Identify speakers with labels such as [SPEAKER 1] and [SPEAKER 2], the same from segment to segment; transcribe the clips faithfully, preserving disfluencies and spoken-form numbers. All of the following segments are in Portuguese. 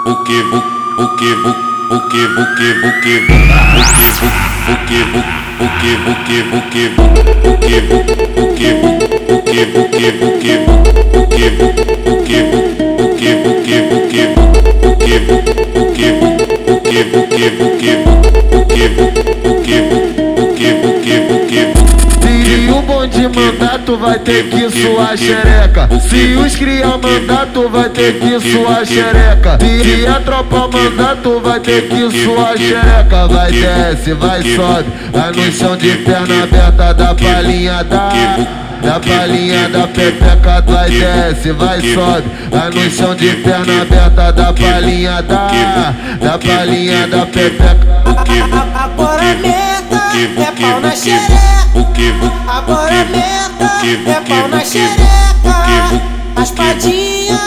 [SPEAKER 1] buque bu buque bu buque buque buque bu buque bu buque buque buque bu buque bu buque bu buque buque buque bu buque bu buque bu buque buque buque bu buque bu buque bu buque buque buque bu buque bu buque bu buque buque buque bu.
[SPEAKER 2] Se o bonde mandar, tu vai ter que suar xereca. Se os cria mandar, tu vai ter que suar xereca. Se a tropa mandar, tu vai ter que suar xereca. Vai desce, vai sobe, vai no chão de perna aberta, da palhinha da Da palhinha da pepeca, vai desce, vai sobe, vai no chão de perna aberta, da palhinha da Da palhinha da pepeca.
[SPEAKER 3] Agora meta, é pau na xereca. Agora meta, é pau na xereca. Raspadinha,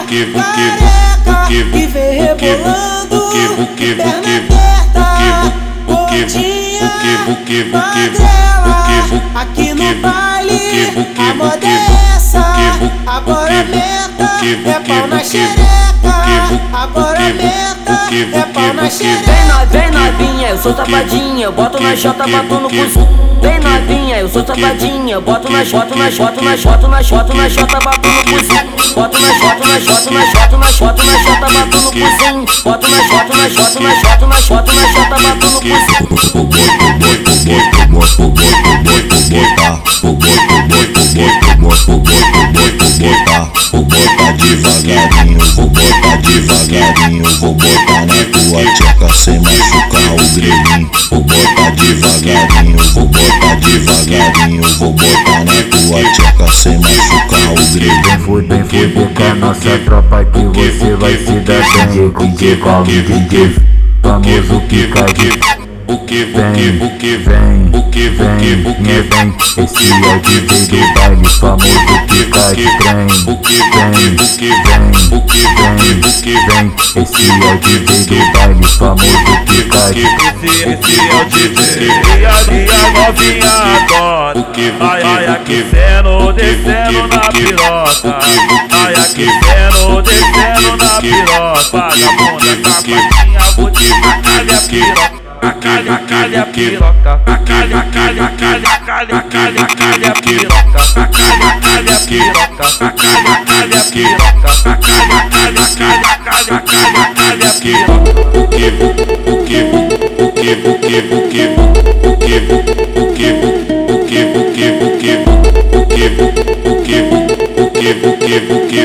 [SPEAKER 3] careca, que vem rebolando, perna aberta, gordinha, magrela. Aqui no baile, a moda é essa. Agora meta, é pau na xereca. Agora meta, é pau na xereca.
[SPEAKER 4] Vem novinha, eu sou safadinha, eu boto na jota, bato no buzu. Vem novinha, eu sou safadinha, eu boto na jota, na jota, na jota, na jota, na jota, bato no buzu. Boto na jota, na jota, na jota, na jota, na jota, bato no buzinho. Boto na jota, na jota, na jota, na jota, na jota, bato no buzinho.
[SPEAKER 1] O boi, o boi, o boi, o boi, o boi, o boi, o boi tá. O boi, o boi, o boi, o boi, o boi, o boi, o boi tá. O boi tá devagarinho, o boi tá devagarinho. Vou botar na tua tcheca sem machucar o grelhinho. O boi tá devagarinho, vou botar devagarinho. Vou botar na tua tcheca sem machucar o grelhinho.
[SPEAKER 5] Vem fuder, vem fuder com a nossa tropa que você vai se dar bem. D J Paulo, D J famoso que cai de
[SPEAKER 1] Buque,
[SPEAKER 5] vem,
[SPEAKER 1] buque,
[SPEAKER 5] vem,
[SPEAKER 1] buque, buque,
[SPEAKER 5] vem,
[SPEAKER 1] buque,
[SPEAKER 5] minha vem. Esse é o D J do baile famoso que cai de trem.
[SPEAKER 1] buque,
[SPEAKER 5] Vem,
[SPEAKER 1] buque,
[SPEAKER 5] vem,
[SPEAKER 1] buque,
[SPEAKER 5] vem,
[SPEAKER 1] buque,
[SPEAKER 5] vem. Esse é o D J do baile famoso que cai de trem.
[SPEAKER 6] Esse, esse é o D J e a, e a novinha adora. Ai, ai, aquecendo, descendo na piroca. Ai, aquecendo, descendo na piroca. Vagabunda, safadinha, vou te tacar-lhe a piroca. Acalhe, acalhe a piroca. Acalhe, acalhe, acalhe, acalhe, acalhe, acalhe a piroca. Acalhe, acalhe a piroca. Acalhe, acalhe a piroca. Acalhe, acalhe, acalhe, acalhe, acalhe, acalhe a piroca.
[SPEAKER 1] buque, buque, buque, buque, buque, buque, buque, buque, buque, buque, buque, buque, buque, buque, buque, buque,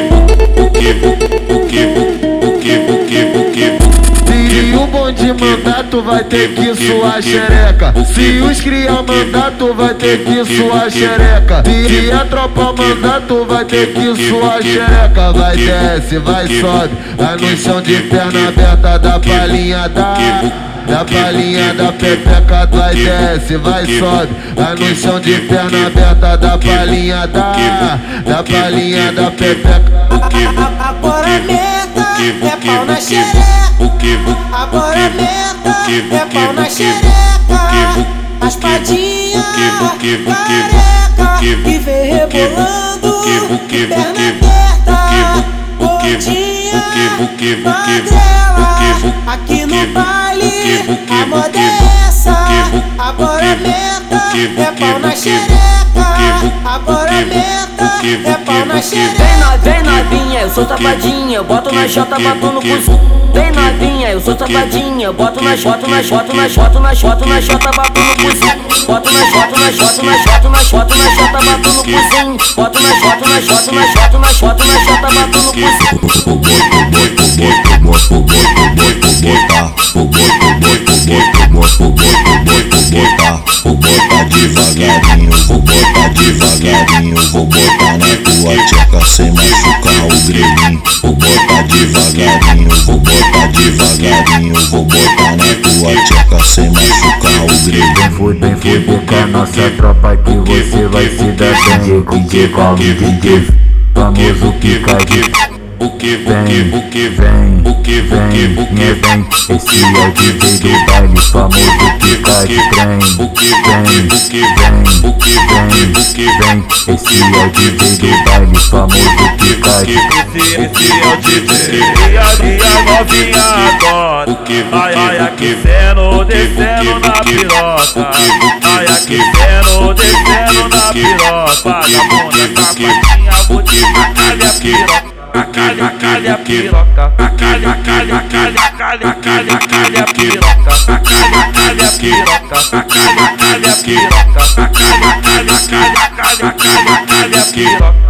[SPEAKER 1] buque, buque.
[SPEAKER 2] Se o bonde mandar, tu vai ter que suar xereca. Se os cria mandar, tu vai ter que suar xereca. Se a tropa mandar, tu vai ter que suar xereca. Vai desce, vai sobe, vai no chão de perna aberta, da palhinha da Da palhinha da pepeca, vai desce, vai sobe, vai no chão de perna aberta, da palhinha da Da palhinha da pepeca.
[SPEAKER 3] Agora meta, é pau na xereca. Agora meta, é pau na xereca. Raspadinha, careca, que vem rebolando, perna aberta, gordinha, magrela. Aqui no baile, a moda é essa. Agora meta, é pau na xereca. Agora meta, é pau na xereca.
[SPEAKER 4] Vem novinha, eu sou safadinha, eu boto na jota, bato no buzu. Vem novinha, eu sou safadinha, eu boto na jota, na jota, na jota, na jota, na jota, bato no buzu. Boto na jota, na jota, na jota, na jota, na jota, bato no buzinho. Boto na jota, na jota, na jota, na jota, na jota, bato no buzinho.
[SPEAKER 1] O boi, o boi, o boi, o boi, o boi, o boi, o boi tá. O boi, o boi, o boi, o boi, o boi, o boi, o boi tá. O boi tá devagarinho, o boi tá devagarinho. Vou botar na tua tcheca sem machucar o grelhinho. O boi tá devagarinho, vou botar devagarinho. Vou botar na tua tcheca sem machucar o grelhinho.
[SPEAKER 5] Vem fuder, vem fuder com a nossa tropa que você vai se dar bem. D J Paulo, D J famoso que cai de
[SPEAKER 1] Buque,
[SPEAKER 5] vem,
[SPEAKER 1] buque,
[SPEAKER 5] vem,
[SPEAKER 1] buque,
[SPEAKER 5] vem,
[SPEAKER 1] buque,
[SPEAKER 5] minha vem. Esse é o D J do baile famoso que cai de trem. Vem, vem, vem, vem. Esse é o D J do baile famoso que cai de trem.
[SPEAKER 6] Esse, esse é o D J e a, e a novinha adora. Ai, ai, aquecendo, descendo na piroca. Ai, aquecendo, descendo na piroca. Vagabunda, safadinha, vou te tacar a piroca. Acalha, acalha a piroca. Acalha, acalha, acalha, acalha, acalha, acalha a piroca. Acalha, acalha a piroca. Acalha, acalha a piroca. Acalha, acalha, acalha, acalha, acalha, acalha a piroca.